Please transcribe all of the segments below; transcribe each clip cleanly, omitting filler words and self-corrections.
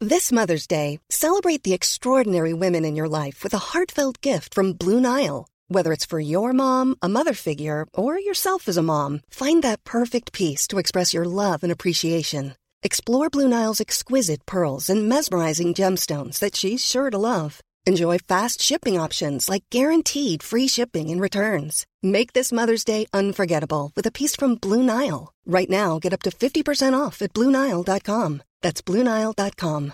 This Mother's Day, celebrate the extraordinary women in your life with a heartfelt gift from Blue Nile. Whether it's for your mom, a mother figure, or yourself as a mom, find that perfect piece to express your love and appreciation. Explore Blue Nile's exquisite pearls and mesmerizing gemstones that she's sure to love. Enjoy fast shipping options like guaranteed free shipping and returns. Make this Mother's Day unforgettable with a piece from Blue Nile. Right now, get up to 50% off at BlueNile.com. That's BlueNile.com.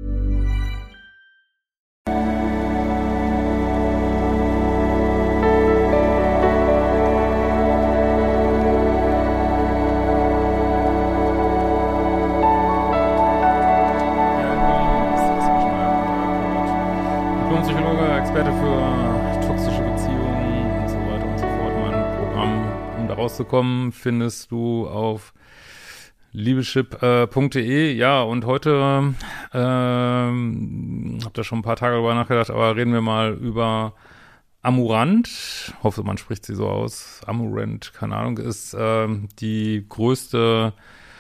Psychologe, Experte für toxische Beziehungen und so weiter und so fort. Mein Programm, um da rauszukommen, findest du auf liebeschip.de. Ja, und heute hab da schon ein paar Tage drüber nachgedacht, aber reden wir mal über Amouranth. Hoffe, man spricht sie so aus. Amouranth, keine Ahnung, ist die größte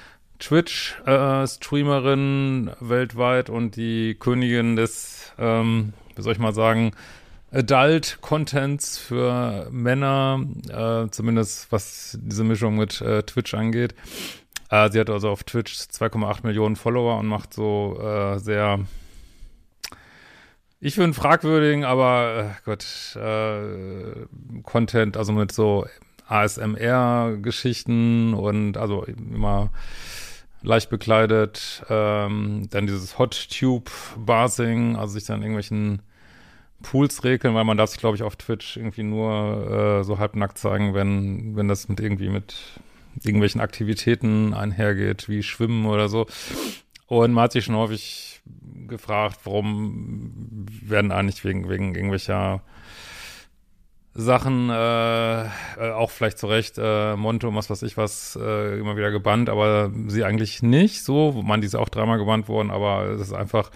Twitch-Streamerin weltweit und die Königin des, wie soll ich mal sagen, Adult-Contents für Männer, zumindest was diese Mischung mit Twitch angeht. Sie hat also auf Twitch 2,8 Millionen Follower und macht so sehr, ich finde fragwürdigen, aber Content, also mit so ASMR-Geschichten und also immer leicht bekleidet, dann dieses Hot-Tube-Bathing, also sich dann in irgendwelchen Pools regeln, weil man darf sich, glaube ich, auf Twitch irgendwie nur so halbnackt zeigen, wenn das mit irgendwelchen Aktivitäten einhergeht, wie Schwimmen oder so. Und man hat sich schon häufig gefragt, warum werden eigentlich wegen irgendwelcher Sachen, auch vielleicht zu Recht, Monte und was weiß ich was, immer wieder gebannt, aber sie eigentlich nicht so. Die ist auch dreimal gebannt worden, aber es ist einfach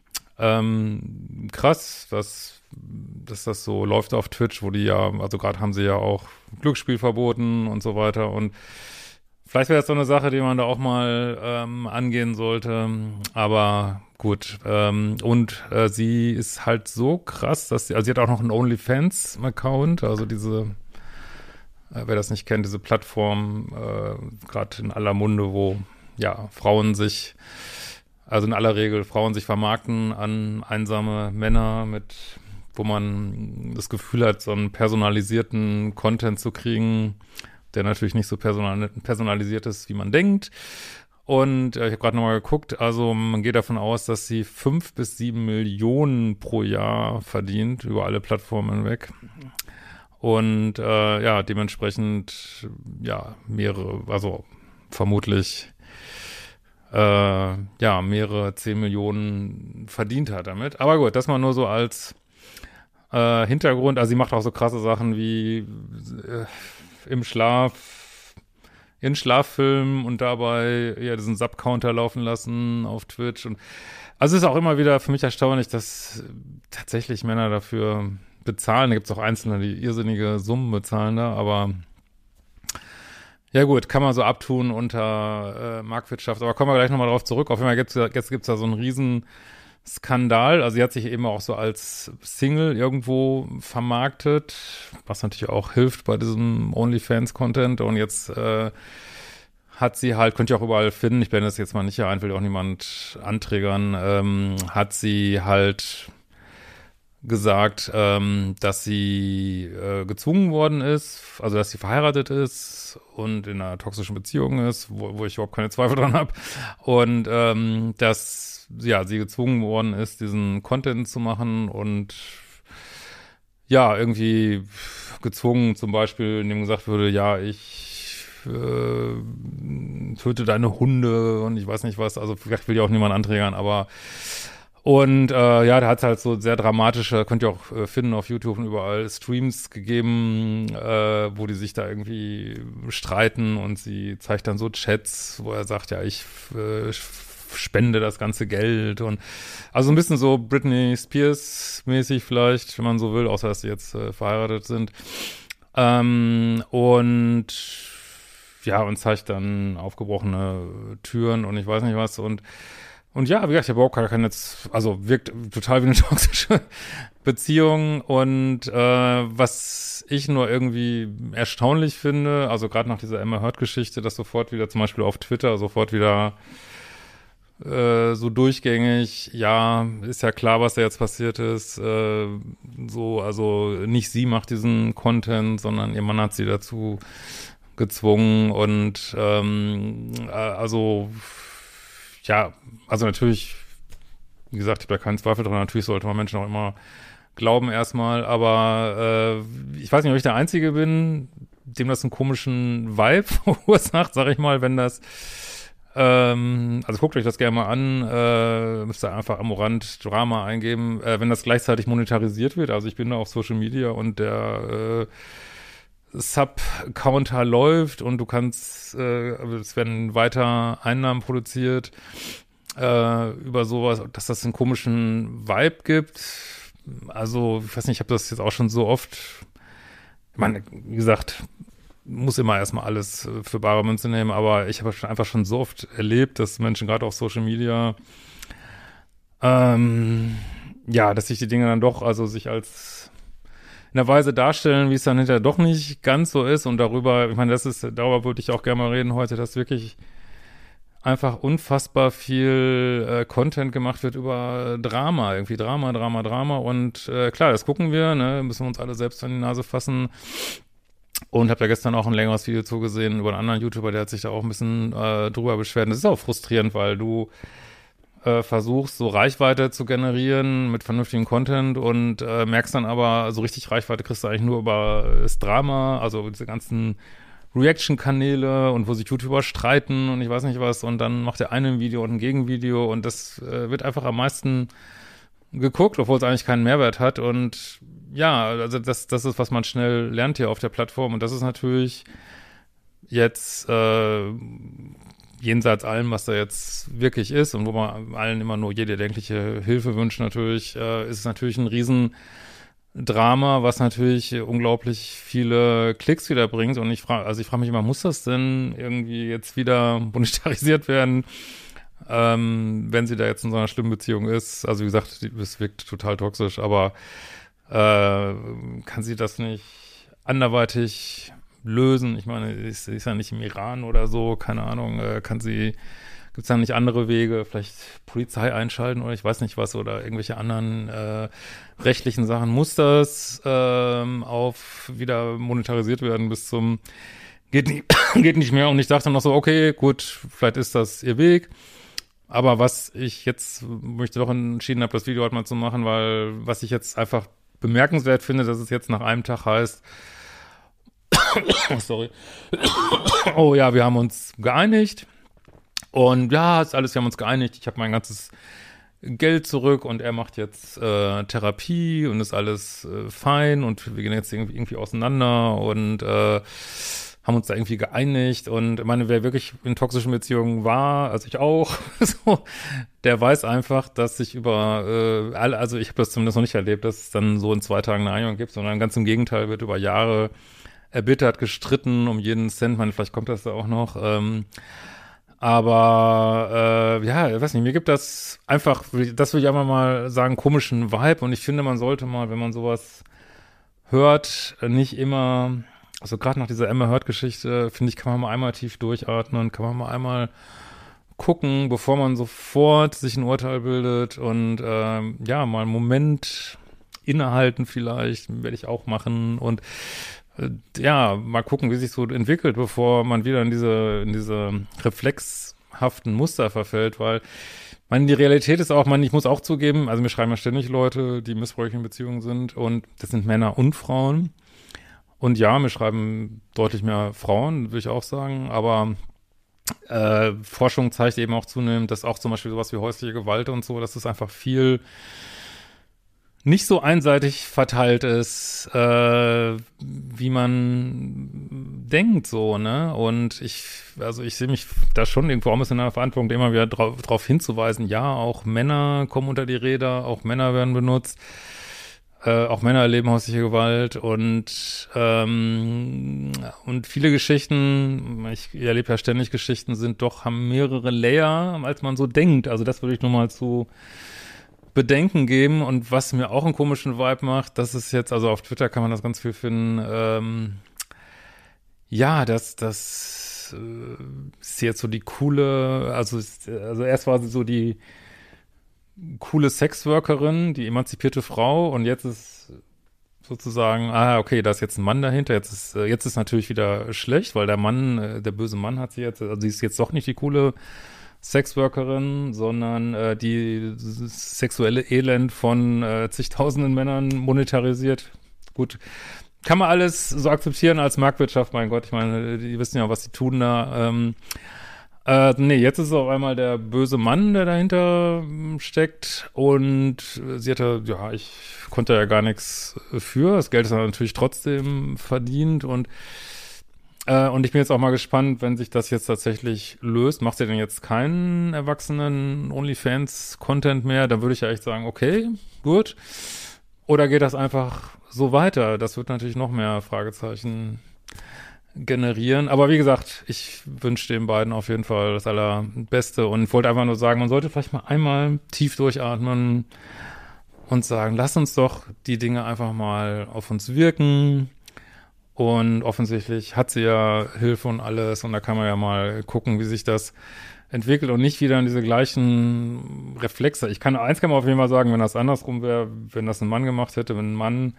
krass, dass das so läuft auf Twitch, wo die ja, also gerade haben sie ja auch Glücksspiel verboten und so weiter und vielleicht wäre das so eine Sache, die man da auch mal angehen sollte, aber gut. Und sie ist halt so krass, dass sie hat auch noch einen OnlyFans-Account, also diese, wer das nicht kennt, diese Plattform, gerade in aller Munde, wo ja Frauen sich, also in aller Regel Frauen sich vermarkten an einsame Männer wo man das Gefühl hat, so einen personalisierten Content zu kriegen, der natürlich nicht so personalisiert ist, wie man denkt. Und ich habe gerade nochmal geguckt, also man geht davon aus, dass sie 5 bis 7 Millionen pro Jahr verdient, über alle Plattformen hinweg. Und ja, dementsprechend, ja, mehrere, also vermutlich ja, mehrere 10 Millionen verdient hat damit. Aber gut, das mal nur so als Hintergrund. Also sie macht auch so krasse Sachen wie in Schlaffilmen und dabei ja diesen Sub-Counter laufen lassen auf Twitch. Und also es ist auch immer wieder für mich erstaunlich, dass tatsächlich Männer dafür bezahlen. Da gibt es auch Einzelne, die irrsinnige Summen bezahlen da, aber ja gut, kann man so abtun unter Marktwirtschaft. Aber kommen wir gleich nochmal drauf zurück. Auf jeden Fall gibt's da so einen riesen Skandal. Also sie hat sich eben auch so als Single irgendwo vermarktet, was natürlich auch hilft bei diesem OnlyFans-Content. Und jetzt hat sie halt, könnt ihr auch überall finden, ich blende das jetzt mal nicht hier ein, will auch niemand anträgern, hat sie halt gesagt, dass sie gezwungen worden ist, also dass sie verheiratet ist und in einer toxischen Beziehung ist, wo ich überhaupt keine Zweifel dran habe. Und dass ja, sie gezwungen worden ist, diesen Content zu machen und ja, irgendwie gezwungen, zum Beispiel, indem gesagt würde, ja, ich töte deine Hunde und ich weiß nicht was, also vielleicht will ja auch niemand anträgern, aber und ja, da hat es halt so sehr dramatische, könnt ihr auch finden auf YouTube und überall, Streams gegeben, wo die sich da irgendwie streiten und sie zeigt dann so Chats, wo er sagt, ja, ich spende das ganze Geld und also ein bisschen so Britney Spears mäßig vielleicht, wenn man so will, außer dass sie jetzt verheiratet sind. Und ja, und zeigt dann aufgebrochene Türen und ich weiß nicht was und Und ja, wie gesagt, ich habe auch gar keine jetzt, also wirkt total wie eine toxische Beziehung. Und was ich nur irgendwie erstaunlich finde, also gerade nach dieser Amber Heard-Geschichte, dass sofort wieder zum Beispiel auf Twitter sofort wieder so durchgängig, ja, ist ja klar, was da jetzt passiert ist, so, also nicht sie macht diesen Content, sondern ihr Mann hat sie dazu gezwungen und also ja, also natürlich, wie gesagt, ich habe da keinen Zweifel dran, natürlich sollte man Menschen auch immer glauben erstmal, aber ich weiß nicht, ob ich der Einzige bin, dem das einen komischen Vibe verursacht, sag ich mal, wenn das also guckt euch das gerne mal an, müsst ihr einfach Amorant Drama eingeben, wenn das gleichzeitig monetarisiert wird, also ich bin da auf Social Media und der Sub-Counter läuft und du kannst, es werden weiter Einnahmen produziert über sowas, dass das einen komischen Vibe gibt, also ich weiß nicht, ich habe das jetzt auch schon so oft, ich meine, wie gesagt, muss immer erstmal alles für bare Münze nehmen, aber ich habe einfach schon so oft erlebt, dass Menschen gerade auf Social Media, ja, dass sich die Dinge dann doch, also sich als in der Weise darstellen, wie es dann hinterher doch nicht ganz so ist und darüber, ich meine, darüber würde ich auch gerne mal reden heute, dass wirklich einfach unfassbar viel Content gemacht wird über Drama, irgendwie Drama und klar, das gucken wir, ne, müssen wir uns alle selbst an die Nase fassen. Und habe da gestern auch ein längeres Video zugesehen über einen anderen YouTuber, der hat sich da auch ein bisschen drüber beschwert. Und das ist auch frustrierend, weil du versuchst, so Reichweite zu generieren mit vernünftigem Content und merkst dann aber, so richtig Reichweite kriegst du eigentlich nur über das Drama, also diese ganzen Reaction-Kanäle und wo sich YouTuber streiten und ich weiß nicht was. Und dann macht der eine ein Video und ein Gegenvideo und das wird einfach am meisten geguckt, obwohl es eigentlich keinen Mehrwert hat und ja, also das ist, was man schnell lernt hier auf der Plattform und das ist natürlich jetzt jenseits allem, was da jetzt wirklich ist und wo man allen immer nur jede erdenkliche Hilfe wünscht natürlich, ist es natürlich ein Riesendrama, was natürlich unglaublich viele Klicks wieder bringt und ich frage mich immer, muss das denn irgendwie jetzt wieder monetarisiert werden? Wenn sie da jetzt in so einer schlimmen Beziehung ist, also wie gesagt, es wirkt total toxisch, aber kann sie das nicht anderweitig lösen? Ich meine, sie ist ja nicht im Iran oder so, keine Ahnung, gibt's da nicht andere Wege, vielleicht Polizei einschalten oder ich weiß nicht was oder irgendwelche anderen rechtlichen Sachen? Muss das auf wieder monetarisiert werden bis zum geht nicht mehr und ich dachte noch so, okay, gut, vielleicht ist das ihr Weg. Aber was ich jetzt, wo ich doch entschieden habe, das Video halt mal zu machen, weil was ich jetzt einfach bemerkenswert finde, dass es jetzt nach einem Tag heißt, sorry, oh ja, wir haben uns geeinigt und ja, ist alles, wir haben uns geeinigt, ich habe mein ganzes Geld zurück und er macht jetzt Therapie und ist alles fein und wir gehen jetzt irgendwie auseinander und haben uns da irgendwie geeinigt und ich meine, wer wirklich in toxischen Beziehungen war, also ich auch, so, der weiß einfach, dass sich über also ich habe das zumindest noch nicht erlebt, dass es dann so in 2 Tagen eine Einigung gibt, sondern ganz im Gegenteil wird über Jahre erbittert gestritten um jeden Cent, ich meine, vielleicht kommt das da auch noch, aber ja, ich weiß nicht, mir gibt das einfach, das will ich einfach mal sagen, komischen Vibe und ich finde, man sollte mal, wenn man sowas hört, nicht immer, also gerade nach dieser Amber Heard-Geschichte, finde ich, kann man mal einmal tief durchatmen, kann man mal einmal gucken, bevor man sofort sich ein Urteil bildet und ja, mal einen Moment innehalten vielleicht, werde ich auch machen und ja, mal gucken, wie sich so entwickelt, bevor man wieder in diese reflexhaften Muster verfällt, weil die Realität ist auch, ich muss auch zugeben, also mir schreiben ja ständig Leute, die missbräuchlich in Beziehungen sind und das sind Männer und Frauen. Und ja, mir schreiben deutlich mehr Frauen, würde ich auch sagen, aber Forschung zeigt eben auch zunehmend, dass auch zum Beispiel sowas wie häusliche Gewalt und so, dass es einfach viel nicht so einseitig verteilt ist, wie man denkt, so, ne? Und ich sehe mich da schon irgendwo auch ein bisschen in der Verantwortung, immer wieder drauf hinzuweisen, ja, auch Männer kommen unter die Räder, auch Männer werden benutzt. auch Männer erleben häusliche Gewalt und viele Geschichten, ich erlebe ja ständig Geschichten, haben mehrere Layer, als man so denkt. Also das würde ich nur mal zu bedenken geben. Und was mir auch einen komischen Vibe macht, das ist jetzt, also auf Twitter kann man das ganz viel finden, ja, das ist jetzt so die coole, also erst war sie so die coole Sexworkerin, die emanzipierte Frau und jetzt ist sozusagen, okay, da ist jetzt ein Mann dahinter, jetzt ist natürlich wieder schlecht, weil der Mann, der böse Mann hat sie jetzt, also sie ist jetzt doch nicht die coole Sexworkerin, sondern die sexuelle Elend von zigtausenden Männern monetarisiert. Gut, kann man alles so akzeptieren als Marktwirtschaft, mein Gott, ich meine, die wissen ja, was sie tun da, nee, jetzt ist es auf einmal der böse Mann, der dahinter steckt und sie hatte, ja, ich konnte ja gar nichts für, das Geld ist natürlich trotzdem verdient und ich bin jetzt auch mal gespannt, wenn sich das jetzt tatsächlich löst, macht sie denn jetzt keinen erwachsenen OnlyFans-Content mehr, dann würde ich ja echt sagen, okay, gut, oder geht das einfach so weiter? Das wird natürlich noch mehr Fragezeichen generieren. Aber wie gesagt, ich wünsche den beiden auf jeden Fall das Allerbeste und wollte einfach nur sagen, man sollte vielleicht mal einmal tief durchatmen und sagen, lass uns doch die Dinge einfach mal auf uns wirken. Und offensichtlich hat sie ja Hilfe und alles und da kann man ja mal gucken, wie sich das entwickelt und nicht wieder in diese gleichen Reflexe. Eins kann man auf jeden Fall sagen, wenn das andersrum wäre, wenn das ein Mann gemacht hätte, wenn ein Mann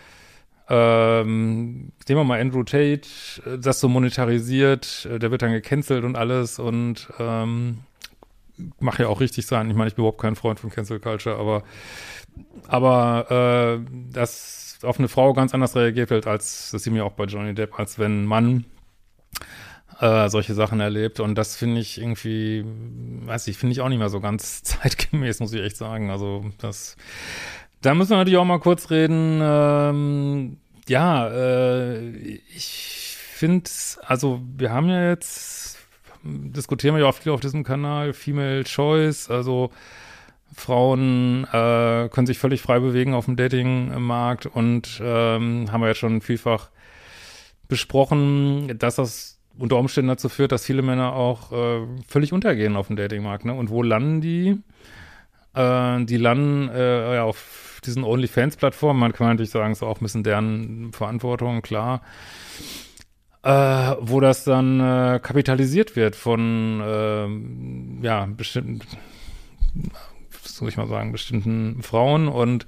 nehmen wir mal Andrew Tate, das so monetarisiert, der wird dann gecancelt und alles und mag ja auch richtig sein. Ich meine, ich bin überhaupt kein Freund von Cancel Culture, aber dass auf eine Frau ganz anders reagiert wird, als das sehen wir auch bei Johnny Depp, als wenn ein Mann solche Sachen erlebt und das finde ich irgendwie, finde ich auch nicht mehr so ganz zeitgemäß, muss ich echt sagen. Also da müssen wir natürlich auch mal kurz reden. Ich finde, also wir haben ja jetzt, diskutieren wir ja auch viel auf diesem Kanal, Female Choice, also Frauen können sich völlig frei bewegen auf dem Datingmarkt und haben wir jetzt schon vielfach besprochen, dass das unter Umständen dazu führt, dass viele Männer auch völlig untergehen auf dem Datingmarkt, ne? Und wo landen die? Die landen ja auf diesen OnlyFans-Plattformen. Man kann natürlich sagen, es ist auch ein bisschen deren Verantwortung, klar. Wo das dann kapitalisiert wird von bestimmten, soll ich mal sagen, bestimmten Frauen und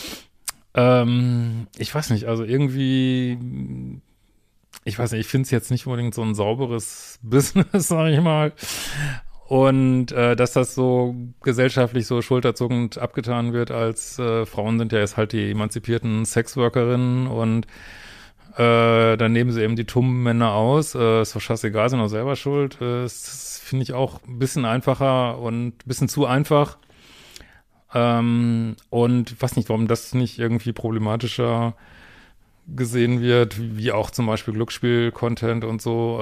ich weiß nicht, also irgendwie ich weiß nicht, ich finde es jetzt nicht unbedingt so ein sauberes Business, sag ich mal. Und dass das so gesellschaftlich so schulterzuckend abgetan wird, als Frauen sind ja jetzt halt die emanzipierten Sexworkerinnen und dann nehmen sie eben die tummen Männer aus. Ist doch scheißegal, sind auch selber schuld. Das finde ich auch ein bisschen einfacher und ein bisschen zu einfach. Und ich weiß nicht, warum das nicht irgendwie problematischer gesehen wird, wie auch zum Beispiel Glücksspiel-Content und so.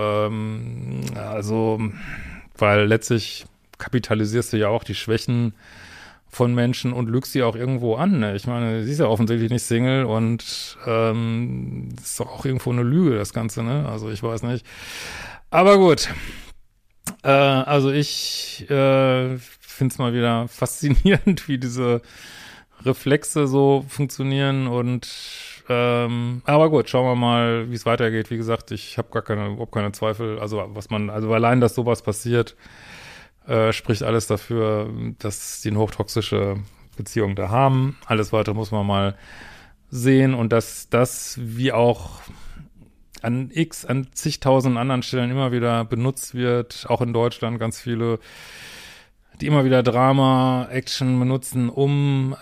Weil letztlich kapitalisierst du ja auch die Schwächen von Menschen und lügst sie auch irgendwo an. Ne? Ich meine, sie ist ja offensichtlich nicht Single und das ist doch auch irgendwo eine Lüge, das Ganze, ne? Also ich weiß nicht. Aber gut. Also ich finde es mal wieder faszinierend, wie diese Reflexe so funktionieren und aber gut, schauen wir mal, wie es weitergeht. Wie gesagt, ich habe überhaupt keine Zweifel. Also allein, dass sowas passiert, spricht alles dafür, dass die eine hochtoxische Beziehung da haben. Alles weitere muss man mal sehen und dass das wie auch an zigtausend anderen Stellen immer wieder benutzt wird, auch in Deutschland ganz viele, die immer wieder Drama, Action benutzen, um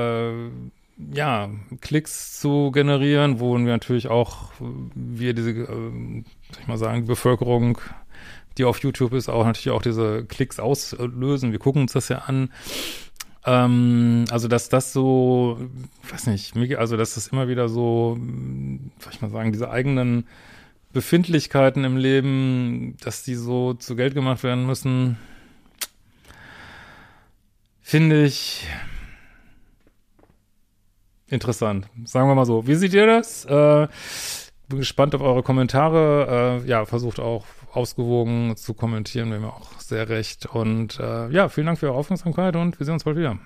Klicks zu generieren, wo wir natürlich auch, die Bevölkerung, die auf YouTube ist, auch natürlich auch diese Klicks auslösen. Wir gucken uns das ja an. Also, dass das so, ich weiß nicht, also, dass das immer wieder so, diese eigenen Befindlichkeiten im Leben, dass die so zu Geld gemacht werden müssen, finde ich interessant. Sagen wir mal so. Wie seht ihr das? Bin gespannt auf eure Kommentare. Versucht auch ausgewogen zu kommentieren, wäre mir auch sehr recht. Und vielen Dank für eure Aufmerksamkeit und wir sehen uns bald wieder.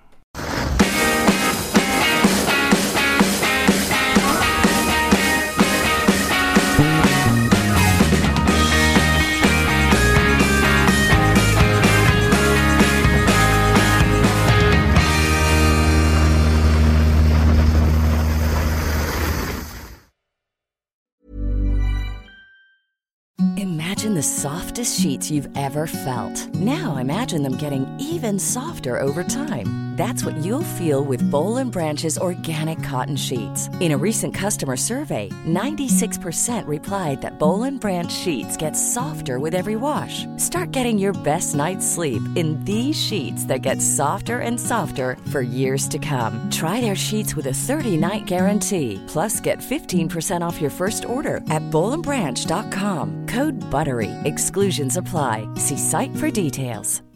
Imagine the softest sheets you've ever felt. Now imagine them getting even softer over time. That's what you'll feel with Boll & Branch's organic cotton sheets. In a recent customer survey, 96% replied that Boll & Branch sheets get softer with every wash. Start getting your best night's sleep in these sheets that get softer and softer for years to come. Try their sheets with a 30-night guarantee. Plus, get 15% off your first order at bollandbranch.com. Code BUTTERY. Exclusions apply. See site for details.